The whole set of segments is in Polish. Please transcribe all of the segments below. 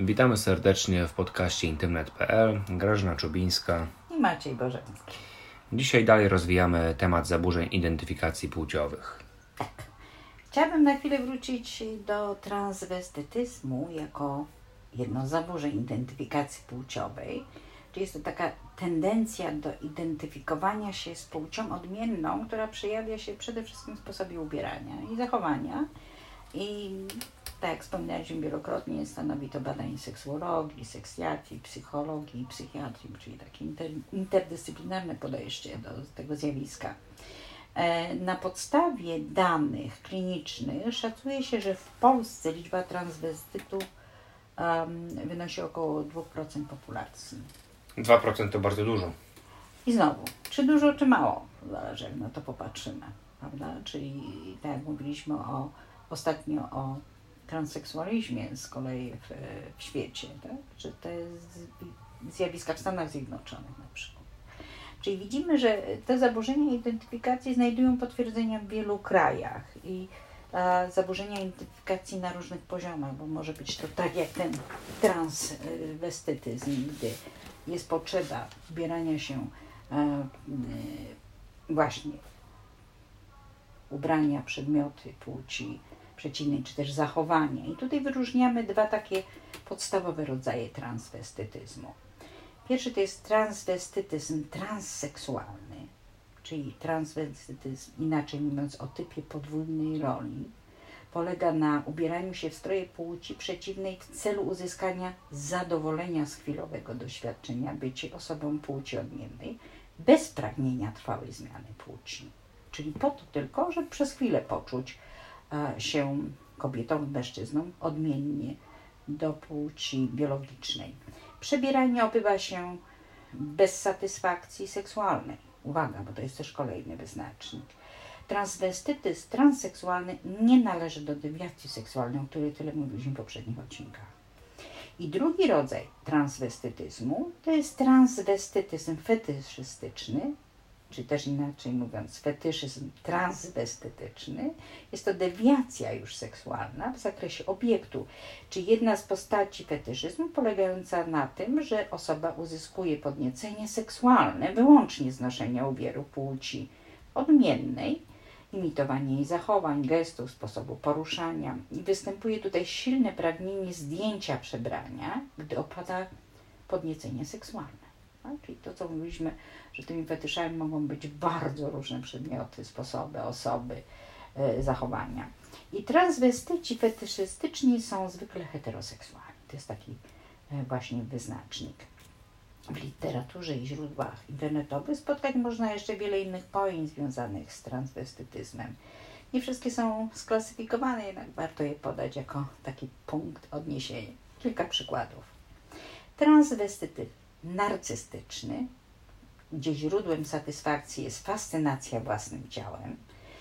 Witamy serdecznie w podcaście intymnet.pl. Grażyna Czubińska i Maciej Bożeński. Dzisiaj dalej rozwijamy temat zaburzeń identyfikacji płciowych. Tak. Chciałabym na chwilę wrócić do transwestytyzmu jako jedno z zaburzeń identyfikacji płciowej. Czyli jest to taka tendencja do identyfikowania się z płcią odmienną, która przejawia się przede wszystkim w sposobie ubierania i zachowania. I tak jak wspominaliśmy wielokrotnie, stanowi to badanie seksuologii, seksjatrii, psychologii, psychiatrii, czyli takie interdyscyplinarne podejście do tego zjawiska. Na podstawie danych klinicznych szacuje się, że w Polsce liczba transwestytów wynosi około 2% populacji. 2% to bardzo dużo. I znowu, czy dużo, czy mało, zależy jak na to popatrzymy, prawda? Czyli tak jak mówiliśmy ostatnio o transseksualizmie z kolei w świecie, tak? Czy te zjawiska w Stanach Zjednoczonych na przykład. Czyli widzimy, że te zaburzenia identyfikacji znajdują potwierdzenia w wielu krajach i zaburzenia identyfikacji na różnych poziomach, bo może być to tak jak ten transwestytyzm, gdy jest potrzeba ubierania się właśnie ubrania, przedmioty płci przeciwnej, czy też zachowania. I tutaj wyróżniamy dwa takie podstawowe rodzaje transwestytyzmu. Pierwszy to jest transwestytyzm transseksualny, czyli transwestytyzm, inaczej mówiąc, o typie podwójnej roli. Polega na ubieraniu się w stroje płci przeciwnej w celu uzyskania zadowolenia z chwilowego doświadczenia bycia osobą płci odmiennej, bez pragnienia trwałej zmiany płci. Czyli po to tylko, żeby przez chwilę poczuć się kobietą lub mężczyzną odmiennie do płci biologicznej. Przebieranie odbywa się bez satysfakcji seksualnej. Uwaga, bo to jest też kolejny wyznacznik. Transwestytyzm transseksualny nie należy do dewiacji seksualnej, o której tyle mówiliśmy w poprzednich odcinkach. I drugi rodzaj transwestytyzmu to jest transwestytyzm fetyszystyczny, czy też inaczej mówiąc fetyszyzm transwestytyczny. Jest to dewiacja już seksualna w zakresie obiektu, czy jedna z postaci fetyszyzmu polegająca na tym, że osoba uzyskuje podniecenie seksualne wyłącznie z noszenia ubioru płci odmiennej, imitowanie jej zachowań, gestów, sposobu poruszania i występuje tutaj silne pragnienie zdjęcia przebrania, gdy opada podniecenie seksualne. Czyli to, co mówiliśmy, że tymi fetyszami mogą być bardzo różne przedmioty, sposoby, osoby, zachowania. I transwestyci fetyszystyczni są zwykle heteroseksualni. To jest taki właśnie wyznacznik. W literaturze i źródłach internetowych spotkać można jeszcze wiele innych pojęć związanych z transwestytyzmem. Nie wszystkie są sklasyfikowane, jednak warto je podać jako taki punkt odniesienia. Kilka przykładów. Transwestytyzm narcystyczny, gdzie źródłem satysfakcji jest fascynacja własnym ciałem.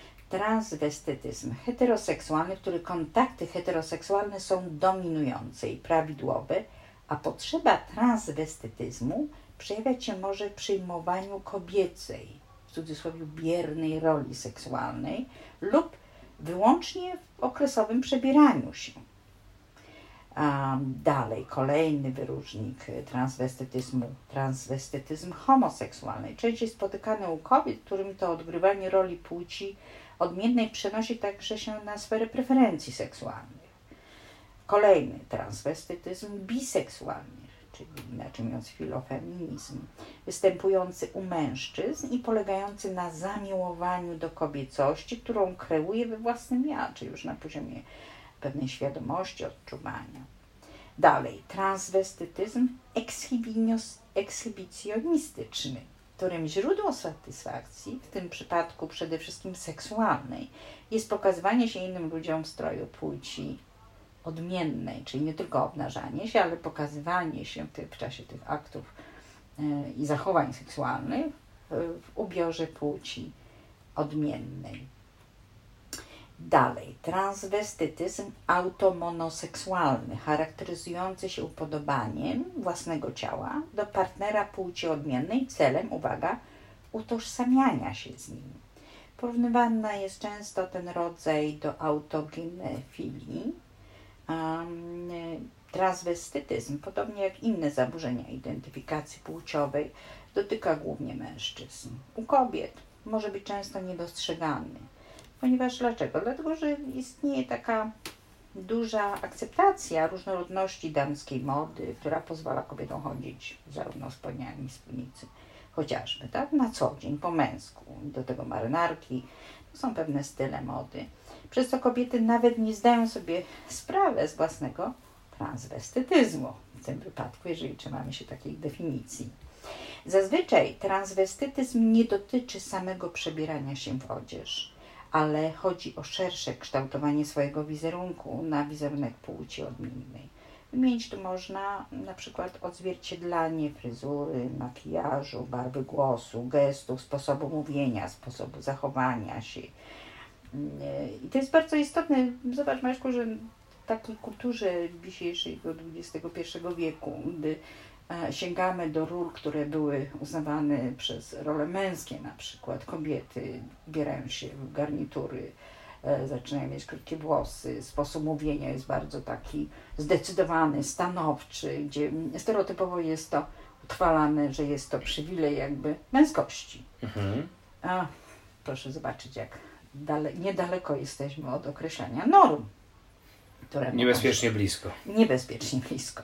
Transwestytyzm heteroseksualny, w którym kontakty heteroseksualne są dominujące i prawidłowe, a potrzeba transwestytyzmu przejawiać się może w przyjmowaniu kobiecej, w cudzysłowie biernej roli seksualnej lub wyłącznie w okresowym przebieraniu się. Dalej, kolejny wyróżnik transwestytyzm homoseksualny. Częściej spotykany u kobiet, którym to odgrywanie roli płci odmiennej przenosi także się na sferę preferencji seksualnych. Kolejny transwestytyzm biseksualny, czyli inaczej mówiąc filofeminizm, występujący u mężczyzn i polegający na zamiłowaniu do kobiecości, którą kreuje we własnym ja, czyli już na poziomie pewnej świadomości, odczuwania. Dalej, transwestytyzm ekshibicjonistyczny, w którym źródło satysfakcji, w tym przypadku przede wszystkim seksualnej, jest pokazywanie się innym ludziom w stroju płci odmiennej, czyli nie tylko obnażanie się, ale pokazywanie się w czasie tych aktów i zachowań seksualnych w ubiorze płci odmiennej. Dalej, transwestytyzm automonoseksualny, charakteryzujący się upodobaniem własnego ciała do partnera płci odmiennej celem, uwaga, utożsamiania się z nim. Porównywany jest często ten rodzaj do autogenefilii, Transwestytyzm, podobnie jak inne zaburzenia identyfikacji płciowej, dotyka głównie mężczyzn. U kobiet może być często niedostrzegany. Ponieważ dlaczego? Dlatego, że istnieje taka duża akceptacja różnorodności damskiej mody, która pozwala kobietom chodzić zarówno w spodniach, i spódnicy, chociażby, tak? Na co dzień, po męsku. Do tego marynarki, to są pewne style mody. Przez to kobiety nawet nie zdają sobie sprawy z własnego transwestytyzmu. W tym wypadku, jeżeli trzymamy się takiej definicji. Zazwyczaj transwestytyzm nie dotyczy samego przebierania się w odzież, ale chodzi o szersze kształtowanie swojego wizerunku na wizerunek płci odmiennej. Wymienić tu można na przykład odzwierciedlanie fryzury, makijażu, barwy głosu, gestów, sposobu mówienia, sposobu zachowania się. I to jest bardzo istotne. Zobacz, Maćku, że w takiej kulturze dzisiejszego XXI wieku, gdy sięgamy do ról, które były uznawane przez role męskie, na przykład kobiety ubierają się w garnitury, zaczynają mieć krótkie włosy, sposób mówienia jest bardzo taki zdecydowany, stanowczy, gdzie stereotypowo jest to utrwalane, że jest to przywilej jakby męskości. A proszę zobaczyć, jak niedaleko jesteśmy od określenia norm. Niebezpiecznie blisko. Niebezpiecznie blisko.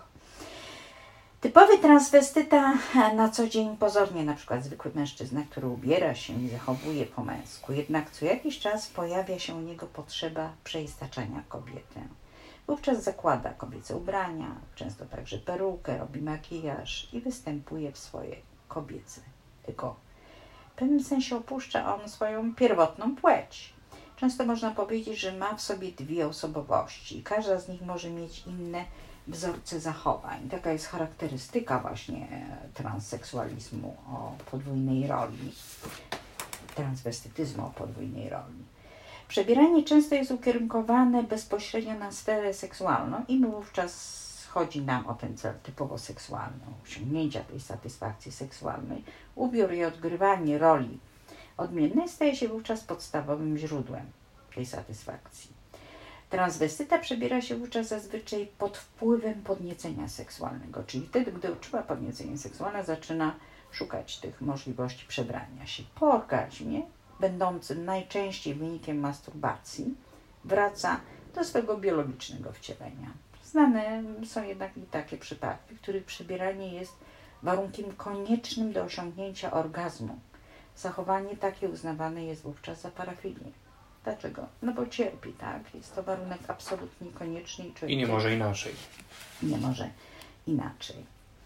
Typowy transwestyta na co dzień pozornie, na przykład zwykły mężczyzna, który ubiera się i zachowuje po męsku, jednak co jakiś czas pojawia się u niego potrzeba przeistaczania kobiety. Wówczas zakłada kobiece ubrania, często także perukę, robi makijaż i występuje w swoje kobiece ego. W pewnym sensie opuszcza on swoją pierwotną płeć. Często można powiedzieć, że ma w sobie dwie osobowości. Każda z nich może mieć inne wzorce zachowań. Taka jest charakterystyka właśnie transseksualizmu o podwójnej roli, transwestytyzmu o podwójnej roli. Przebieranie często jest ukierunkowane bezpośrednio na sferę seksualną i wówczas chodzi nam o ten cel typowo seksualny, osiągnięcia tej satysfakcji seksualnej. Ubiór i odgrywanie roli odmiennej staje się wówczas podstawowym źródłem tej satysfakcji. Transwestyta przebiera się wówczas zazwyczaj pod wpływem podniecenia seksualnego, czyli wtedy, gdy odczuwa podniecenie seksualne, zaczyna szukać tych możliwości przebrania się. Po orgazmie, będącym najczęściej wynikiem masturbacji, wraca do swego biologicznego wcielenia. Znane są jednak i takie przypadki, w których przebieranie jest warunkiem koniecznym do osiągnięcia orgazmu. Zachowanie takie uznawane jest wówczas za parafilię. Dlaczego? No bo cierpi, tak? Jest to warunek absolutnie konieczny. I nie może inaczej. Nie może inaczej.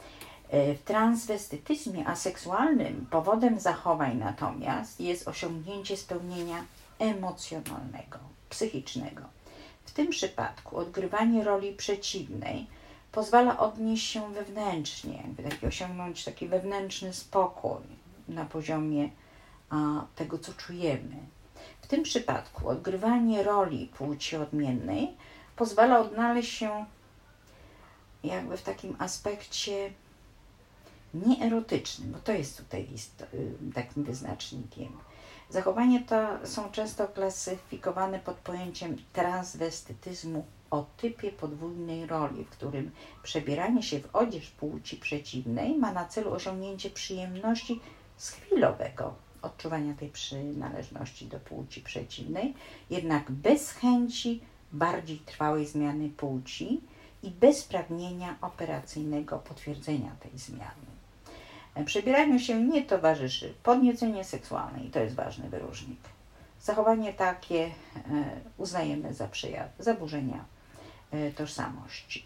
W transwestytyzmie aseksualnym powodem zachowań natomiast jest osiągnięcie spełnienia emocjonalnego, psychicznego. W tym przypadku odgrywanie roli przeciwnej pozwala odnieść się wewnętrznie, jakby osiągnąć taki wewnętrzny spokój na poziomie tego, co czujemy. W tym przypadku odgrywanie roli płci odmiennej pozwala odnaleźć się jakby w takim aspekcie nieerotycznym, bo to jest tutaj takim wyznacznikiem. Zachowania te są często klasyfikowane pod pojęciem transwestytyzmu o typie podwójnej roli, w którym przebieranie się w odzież płci przeciwnej ma na celu osiągnięcie przyjemności z chwilowego odczuwania tej przynależności do płci przeciwnej, jednak bez chęci bardziej trwałej zmiany płci i bez pragnienia operacyjnego potwierdzenia tej zmiany. Przebieraniu się nie towarzyszy podniecenie seksualne i to jest ważny wyróżnik. Zachowanie takie uznajemy za przejaw zaburzenia tożsamości.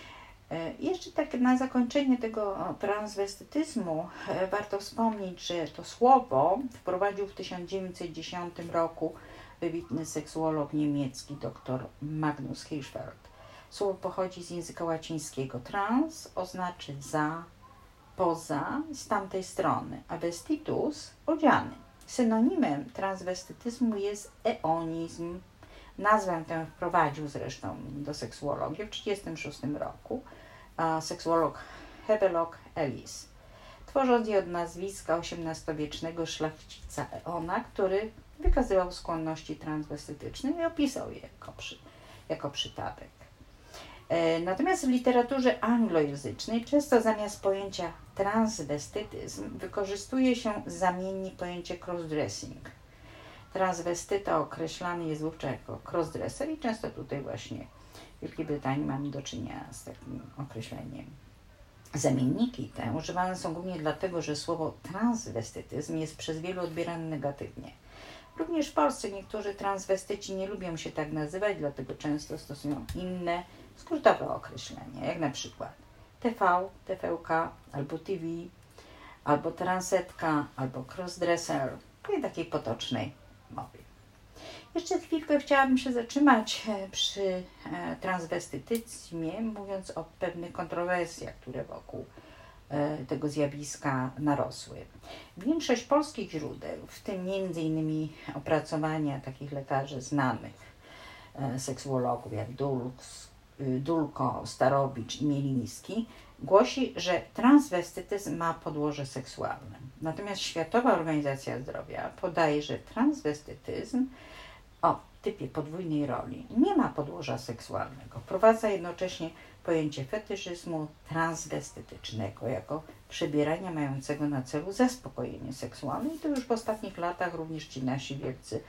Jeszcze tak na zakończenie tego transwestytyzmu warto wspomnieć, że to słowo wprowadził w 1910 roku wybitny seksuolog niemiecki dr Magnus Hirschfeld. Słowo pochodzi z języka łacińskiego. Trans oznaczy za, poza, z tamtej strony, a vestitus odziany. Synonimem transwestytyzmu jest eonizm. Nazwę tę wprowadził zresztą do seksuologii w 1936 roku seksuolog Havelock Ellis, tworząc je od nazwiska XVIII-wiecznego szlachcica Eona, który wykazywał skłonności transwestytyczne i opisał je jako przypadek. Natomiast w literaturze anglojęzycznej często zamiast pojęcia transwestytyzm wykorzystuje się zamiennie pojęcie crossdressing. Transwestyta określany jest wówczas jako crossdresser i często tutaj właśnie w Wielkiej Brytanii mamy do czynienia z takim określeniem. Zamienniki te używane są głównie dlatego, że słowo transwestytyzm jest przez wielu odbierane negatywnie. Również w Polsce niektórzy transwestyci nie lubią się tak nazywać, dlatego często stosują inne, skrótowe określenia, jak na przykład TV, TVK, albo TV, albo transetka, albo crossdresser, w takiej potocznej mowie. Jeszcze chwilkę chciałabym się zatrzymać przy transwestytyzmie, mówiąc o pewnych kontrowersjach, które wokół tego zjawiska narosły. Większość polskich źródeł, w tym m.in. opracowania takich lekarzy znanych, seksuologów jak Dulko, Starowicz i Mieliński, głosi, że transwestytyzm ma podłoże seksualne. Natomiast Światowa Organizacja Zdrowia podaje, że transwestytyzm o typie podwójnej roli nie ma podłoża seksualnego. Wprowadza jednocześnie pojęcie fetyszyzmu transwestytycznego jako przebierania mającego na celu zaspokojenie seksualne i to już w ostatnich latach również ci nasi wielcy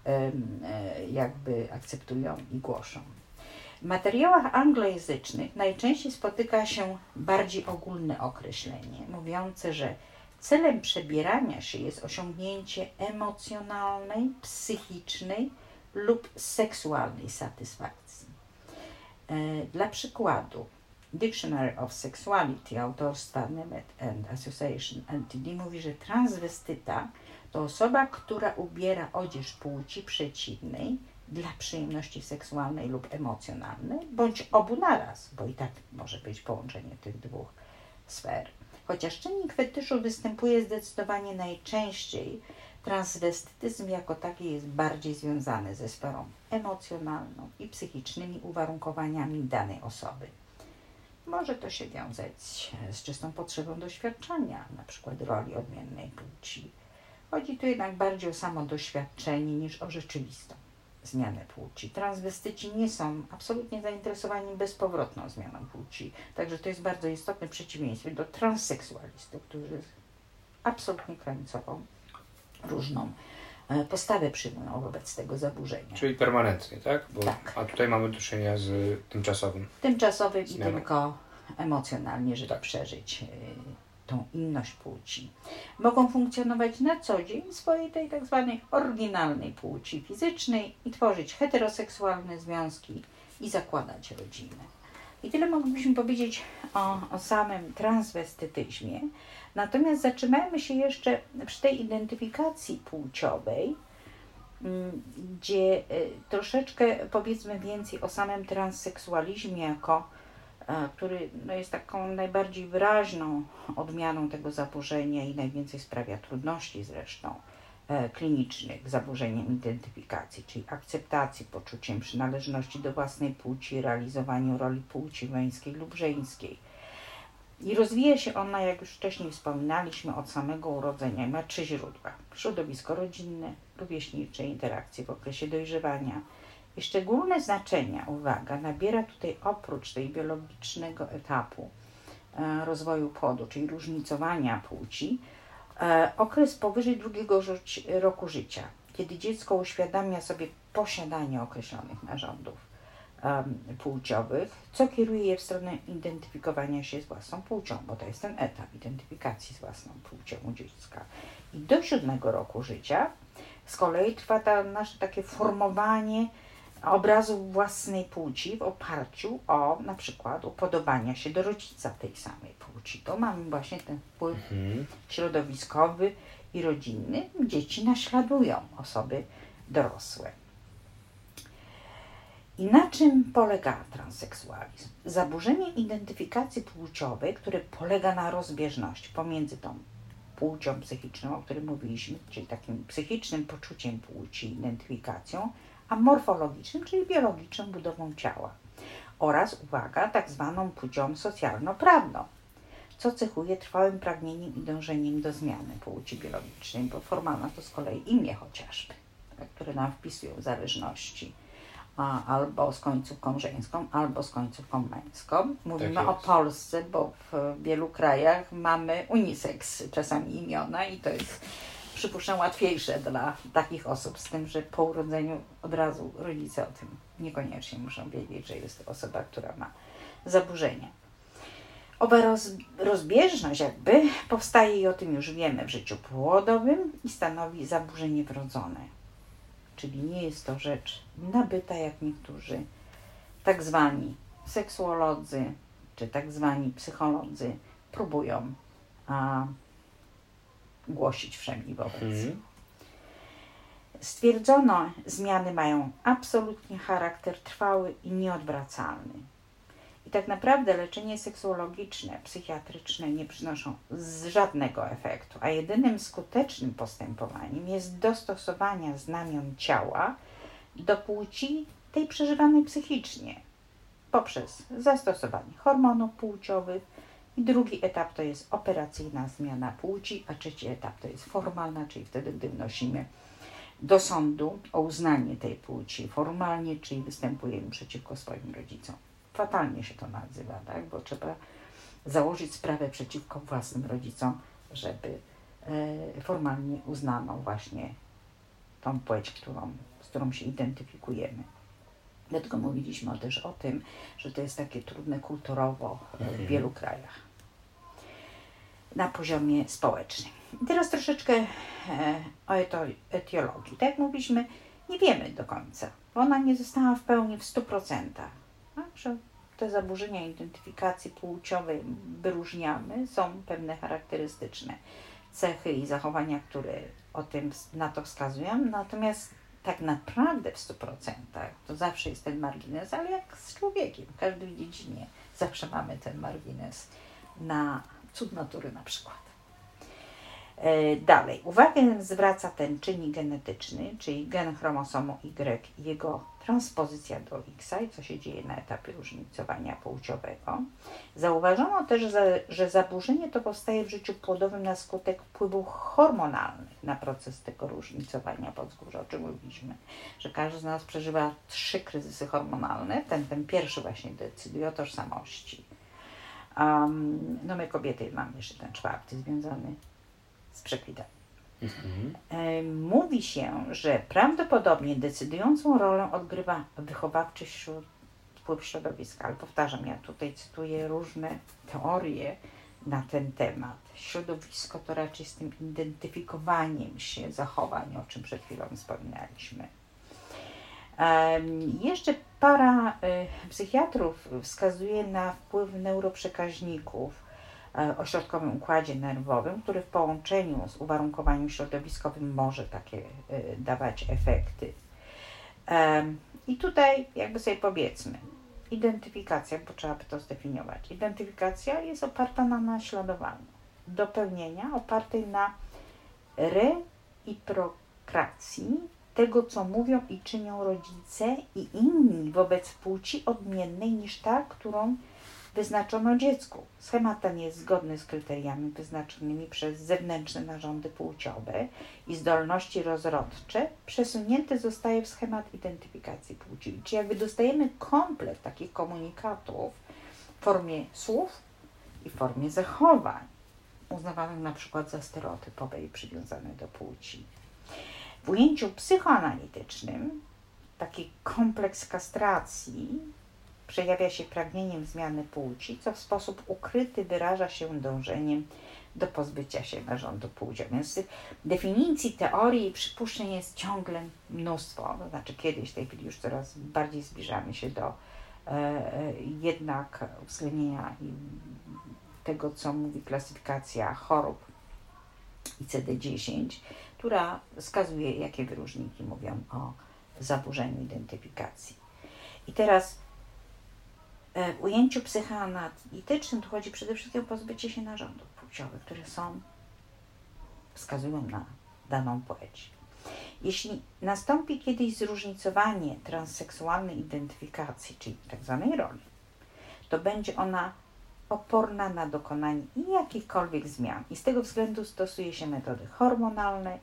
jakby akceptują i głoszą. W materiałach anglojęzycznych najczęściej spotyka się bardziej ogólne określenie, mówiące, że celem przebierania się jest osiągnięcie emocjonalnej, psychicznej lub seksualnej satysfakcji. Dla przykładu, Dictionary of Sexuality autorstwa Nemeth and Association LTD mówi, że transwestyta to osoba, która ubiera odzież płci przeciwnej dla przyjemności seksualnej lub emocjonalnej, bądź obu naraz, bo i tak może być połączenie tych dwóch sfer. Chociaż czynnik fetyszu występuje zdecydowanie najczęściej, transwestytyzm jako taki jest bardziej związany ze sferą emocjonalną i psychicznymi uwarunkowaniami danej osoby. Może to się wiązać z czystą potrzebą doświadczenia, na przykład roli odmiennej płci. Chodzi tu jednak bardziej o samo doświadczenie niż o rzeczywistą zmianę płci. Transwestyci nie są absolutnie zainteresowani bezpowrotną zmianą płci, także to jest bardzo istotne przeciwieństwo do transseksualistów, którzy absolutnie krańcową, różną postawę przyjmują wobec tego zaburzenia. Czyli permanentnie, tak? Tak. A tutaj mamy do czynienia z tymczasowym. Tymczasowym zmianą. I tylko emocjonalnie, żeby przeżyć tą inność płci. Mogą funkcjonować na co dzień w swojej tej tak zwanej oryginalnej płci fizycznej i tworzyć heteroseksualne związki i zakładać rodzinę. I tyle moglibyśmy powiedzieć o samym transwestytyzmie. Natomiast zatrzymajmy się jeszcze przy tej identyfikacji płciowej, gdzie troszeczkę powiedzmy więcej o samym transseksualizmie, który jest taką najbardziej wyraźną odmianą tego zaburzenia i najwięcej sprawia trudności zresztą klinicznych, zaburzeniem identyfikacji, czyli akceptacji, poczuciem przynależności do własnej płci, realizowaniu roli płci męskiej lub żeńskiej. I rozwija się ona, jak już wcześniej wspominaliśmy, od samego urodzenia. Ma 3 źródła. Środowisko rodzinne, rówieśnicze, interakcje w okresie dojrzewania. I szczególne znaczenia, uwaga, nabiera tutaj oprócz tej biologicznego etapu rozwoju płodu, czyli różnicowania płci, okres powyżej 2 roku życia, kiedy dziecko uświadamia sobie posiadanie określonych narządów płciowych, co kieruje je w stronę identyfikowania się z własną płcią, bo to jest ten etap identyfikacji z własną płcią u dziecka. I do 7 roku życia z kolei trwa nasze takie formowanie obrazu własnej płci w oparciu o na przykład upodobania się do rodzica tej samej płci. To mamy właśnie ten wpływ środowiskowy i rodzinny. Dzieci naśladują osoby dorosłe. I na czym polega transseksualizm? Zaburzenie identyfikacji płciowej, które polega na rozbieżności pomiędzy tą płcią psychiczną, o której mówiliśmy, czyli takim psychicznym poczuciem płci, identyfikacją, a morfologicznym, czyli biologiczną budową ciała oraz, uwaga, tak zwaną płcią socjalno-prawną, co cechuje trwałym pragnieniem i dążeniem do zmiany płci biologicznej, bo formalna to z kolei imię chociażby, które nam wpisują zależności albo z końcówką żeńską, albo z końcówką męską. Mówimy Tak o jest. Polsce, bo w wielu krajach mamy unisex czasami imiona i to jest, przypuszczam, łatwiejsze dla takich osób, z tym, że po urodzeniu od razu rodzice o tym niekoniecznie muszą wiedzieć, że jest to osoba, która ma zaburzenia. Owa rozbieżność jakby powstaje i o tym już wiemy w życiu płodowym i stanowi zaburzenie wrodzone. Czyli nie jest to rzecz nabyta, jak niektórzy tak zwani seksuolodzy czy tak zwani psycholodzy próbują głosić wszemi wobec. Stwierdzono, zmiany mają absolutnie charakter trwały i nieodwracalny. I tak naprawdę leczenie seksuologiczne, psychiatryczne nie przynoszą żadnego efektu, a jedynym skutecznym postępowaniem jest dostosowanie znamion ciała do płci tej przeżywanej psychicznie poprzez zastosowanie hormonów płciowych. I drugi etap to jest operacyjna zmiana płci, a trzeci etap to jest formalna, czyli wtedy, gdy wnosimy do sądu o uznanie tej płci formalnie, czyli występujemy przeciwko swoim rodzicom. Fatalnie się to nazywa, tak? Bo trzeba założyć sprawę przeciwko własnym rodzicom, żeby formalnie uznano właśnie tą płeć, z którą się identyfikujemy. Dlatego mówiliśmy też o tym, że to jest takie trudne kulturowo w wielu krajach na poziomie społecznym. I teraz troszeczkę o etiologii. Tak jak mówiliśmy, nie wiemy do końca, bo ona nie została w pełni w 100%. Tak? Że te zaburzenia identyfikacji płciowej wyróżniamy, są pewne charakterystyczne cechy i zachowania, które na to wskazują, natomiast tak naprawdę w 100% to zawsze jest ten margines, ale jak z człowiekiem, w każdej dziedzinie zawsze mamy ten margines na cud natury na przykład. Dalej, uwagę zwraca ten czynnik genetyczny, czyli gen chromosomu Y i jego transpozycja do X, i co się dzieje na etapie różnicowania płciowego. Zauważono też, że zaburzenie to powstaje w życiu płodowym na skutek wpływów hormonalnych na proces tego różnicowania podzgórza, o czym mówiliśmy, że każdy z nas przeżywa 3 kryzysy hormonalne. Ten pierwszy właśnie decyduje o tożsamości. No my kobiety mamy jeszcze ten 4 związany z przekwitami. Mówi się, że prawdopodobnie decydującą rolę odgrywa wychowawczy wpływ środowiska, ale powtarzam, ja tutaj cytuję różne teorie na ten temat. Środowisko to raczej z tym identyfikowaniem się zachowań, o czym przed chwilą wspominaliśmy. Jeszcze para psychiatrów wskazuje na wpływ neuroprzekaźników o środkowym układzie nerwowym, który w połączeniu z uwarunkowaniem środowiskowym może takie dawać efekty. I tutaj jakby sobie powiedzmy, identyfikacja, bo trzeba by to zdefiniować. Identyfikacja jest oparta na naśladowaniu, dopełnienia opartej na reciprokracji tego, co mówią i czynią rodzice i inni wobec płci odmiennej niż ta, którą wyznaczono dziecku. Schemat ten jest zgodny z kryteriami wyznaczonymi przez zewnętrzne narządy płciowe i zdolności rozrodcze przesunięty zostaje w schemat identyfikacji płci. Czyli jakby dostajemy komplet takich komunikatów w formie słów i w formie zachowań, uznawanych na przykład za stereotypowe i przywiązane do płci. W ujęciu psychoanalitycznym taki kompleks kastracji przejawia się pragnieniem zmiany płci, co w sposób ukryty wyraża się dążeniem do pozbycia się narządu płciowego. Więc tych definicji, teorii i przypuszczeń jest ciągle mnóstwo. To znaczy kiedyś, w tej chwili już coraz bardziej zbliżamy się do jednak uwzględnienia tego, co mówi klasyfikacja chorób ICD-10, która wskazuje, jakie wyróżniki mówią o zaburzeniu identyfikacji. I teraz w ujęciu psychoanalitycznym tu chodzi przede wszystkim o pozbycie się narządów płciowych, które wskazują na daną płeć. Jeśli nastąpi kiedyś zróżnicowanie transseksualnej identyfikacji, czyli tak zwanej roli, to będzie ona oporna na dokonanie jakichkolwiek zmian i z tego względu stosuje się metody hormonalne i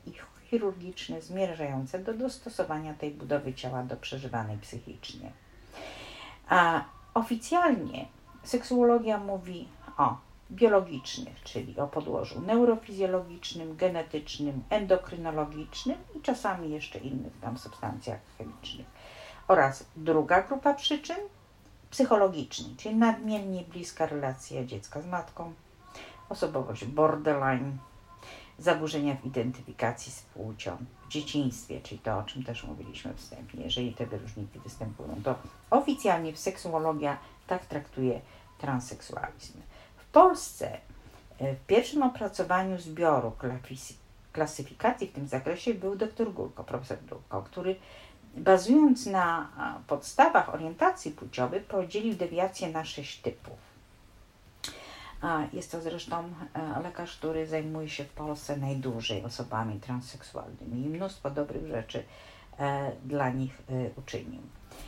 chirurgiczne zmierzające do dostosowania tej budowy ciała do przeżywanej psychicznie. A oficjalnie seksuologia mówi o biologicznych, czyli o podłożu neurofizjologicznym, genetycznym, endokrynologicznym i czasami jeszcze innych tam substancjach chemicznych. Oraz druga grupa przyczyn psychologicznej, czyli nadmiernie bliska relacja dziecka z matką, osobowość borderline, zaburzenia w identyfikacji z płcią w dzieciństwie, czyli to, o czym też mówiliśmy wstępnie. Jeżeli te wyróżniki występują, to oficjalnie seksuologia tak traktuje transseksualizm. W Polsce w pierwszym opracowaniu zbioru klasyfikacji w tym zakresie był dr Gulko, profesor Gulko, który bazując na podstawach orientacji płciowej podzielił dewiacje na 6 typów. Jest to zresztą lekarz, który zajmuje się w Polsce najdłużej osobami transseksualnymi i mnóstwo dobrych rzeczy dla nich uczynił.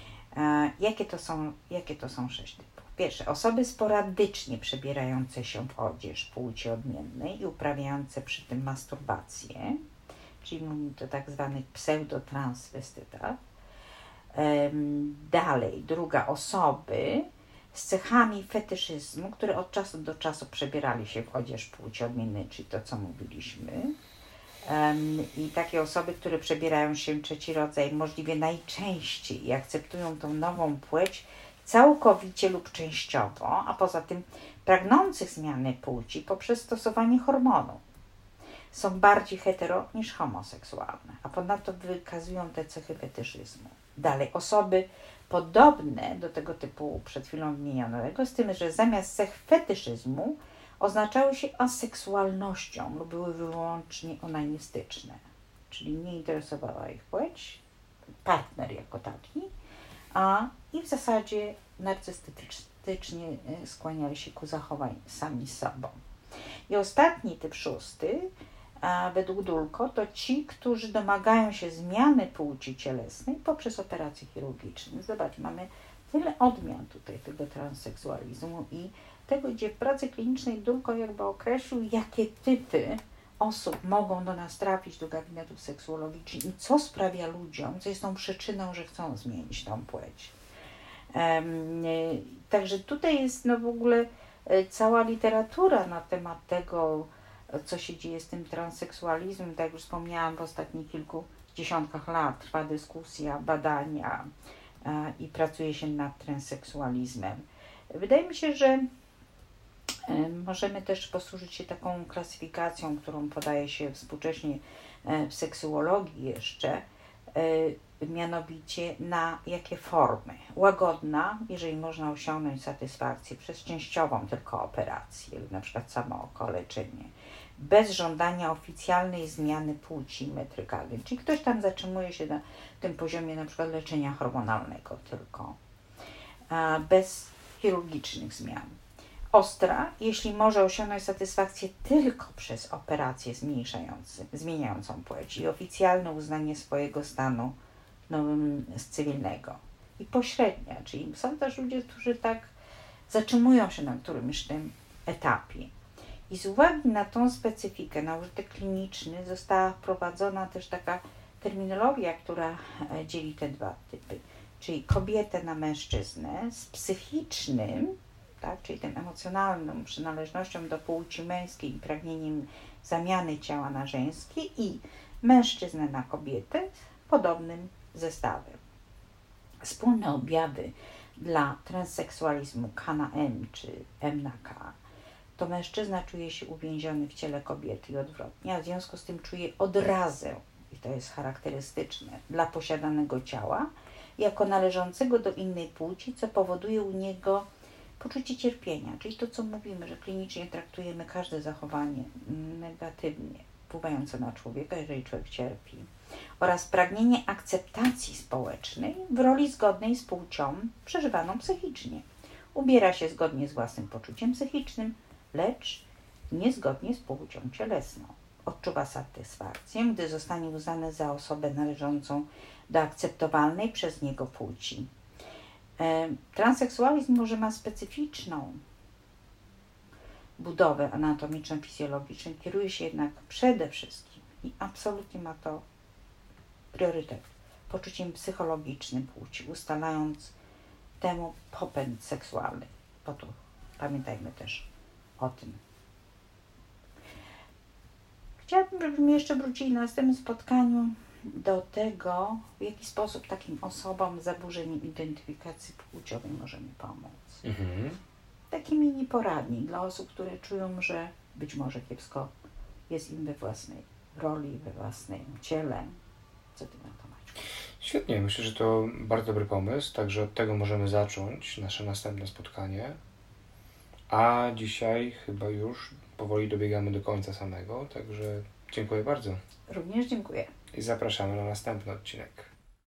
Jakie to są 6 typów? Pierwsze, osoby sporadycznie przebierające się w odzież płci odmiennej i uprawiające przy tym masturbację, czyli mówimy o tak zwanych pseudotranswestytach. Dalej, druga, osoby z cechami fetyszyzmu, które od czasu do czasu przebierali się w odzież płci odmiennej, czyli to, co mówiliśmy. I takie osoby, które przebierają się, trzeci rodzaj, możliwie najczęściej i akceptują tą nową płeć całkowicie lub częściowo, a poza tym pragnących zmiany płci poprzez stosowanie hormonów. Są bardziej hetero niż homoseksualne, a ponadto wykazują te cechy fetyszyzmu. Dalej, osoby podobne do tego typu przed chwilą wymienionego, z tym, że zamiast cech fetyszyzmu oznaczały się aseksualnością lub były wyłącznie onanistyczne, czyli nie interesowała ich płeć, partner jako taki, i w zasadzie narcystycznie skłaniali się ku zachowaniu sami sobą. I ostatni typ 6, według Dulko, to ci, którzy domagają się zmiany płci cielesnej poprzez operacje chirurgiczne. Zobacz, mamy tyle odmian tutaj tego transseksualizmu i tego, gdzie w pracy klinicznej Dulko jakby określił, jakie typy osób mogą do nas trafić do gabinetów seksuologicznych i co sprawia ludziom, co jest tą przyczyną, że chcą zmienić tą płeć. Także tutaj jest w ogóle cała literatura na temat tego, co się dzieje z tym transseksualizmem. Tak jak już wspomniałam, w ostatnich kilku dziesiątkach lat trwa dyskusja, badania i pracuje się nad transseksualizmem. Wydaje mi się, że możemy też posłużyć się taką klasyfikacją, którą podaje się współcześnie w seksuologii jeszcze, mianowicie na jakie formy. Łagodna, jeżeli można osiągnąć satysfakcję przez częściową tylko operację, lub na przykład samo okaleczenie, bez żądania oficjalnej zmiany płci metrykalnej, czyli ktoś tam zatrzymuje się na tym poziomie na przykład leczenia hormonalnego tylko, bez chirurgicznych zmian. Ostra, jeśli może osiągnąć satysfakcję tylko przez operację zmieniającą płeć i oficjalne uznanie swojego stanu cywilnego. I pośrednia, czyli są też ludzie, którzy tak zatrzymują się na którymś tym etapie. I z uwagi na tą specyfikę, na użytek kliniczny została wprowadzona też taka terminologia, która dzieli te 2 typy, czyli kobietę na mężczyznę z psychicznym, tak, czyli tym emocjonalną przynależnością do płci męskiej i pragnieniem zamiany ciała na żeńskie, i mężczyznę na kobietę z podobnym zestawem. Wspólne objawy dla transseksualizmu K na M czy M na K to mężczyzna czuje się uwięziony w ciele kobiety i odwrotnie, a w związku z tym czuje odrazę, i to jest charakterystyczne, dla posiadanego ciała jako należącego do innej płci, co powoduje u niego poczucie cierpienia, czyli to, co mówimy, że klinicznie traktujemy każde zachowanie negatywnie wpływające na człowieka, jeżeli człowiek cierpi, oraz pragnienie akceptacji społecznej w roli zgodnej z płcią przeżywaną psychicznie. Ubiera się zgodnie z własnym poczuciem psychicznym, lecz niezgodnie z płcią cielesną. Odczuwa satysfakcję, gdy zostanie uznany za osobę należącą do akceptowalnej przez niego płci. Transseksualizm może ma specyficzną budowę anatomiczną, fizjologiczną, kieruje się jednak przede wszystkim I absolutnie ma to priorytet. Poczuciem psychologicznym płci, ustalając temu popęd seksualny. Po to pamiętajmy też o tym. Chciałabym, żebyśmy jeszcze wrócili na następnym spotkaniu do tego, w jaki sposób takim osobom z zaburzeniem identyfikacji płciowej możemy pomóc. Taki mini poradnik dla osób, które czują, że być może kiepsko jest im we własnej roli, we własnym ciele. Co ty na to, Maciu? Świetnie, myślę, że to bardzo dobry pomysł, także od tego możemy zacząć nasze następne spotkanie. A dzisiaj chyba już powoli dobiegamy do końca samego, także dziękuję bardzo. Również dziękuję. I zapraszamy na następny odcinek.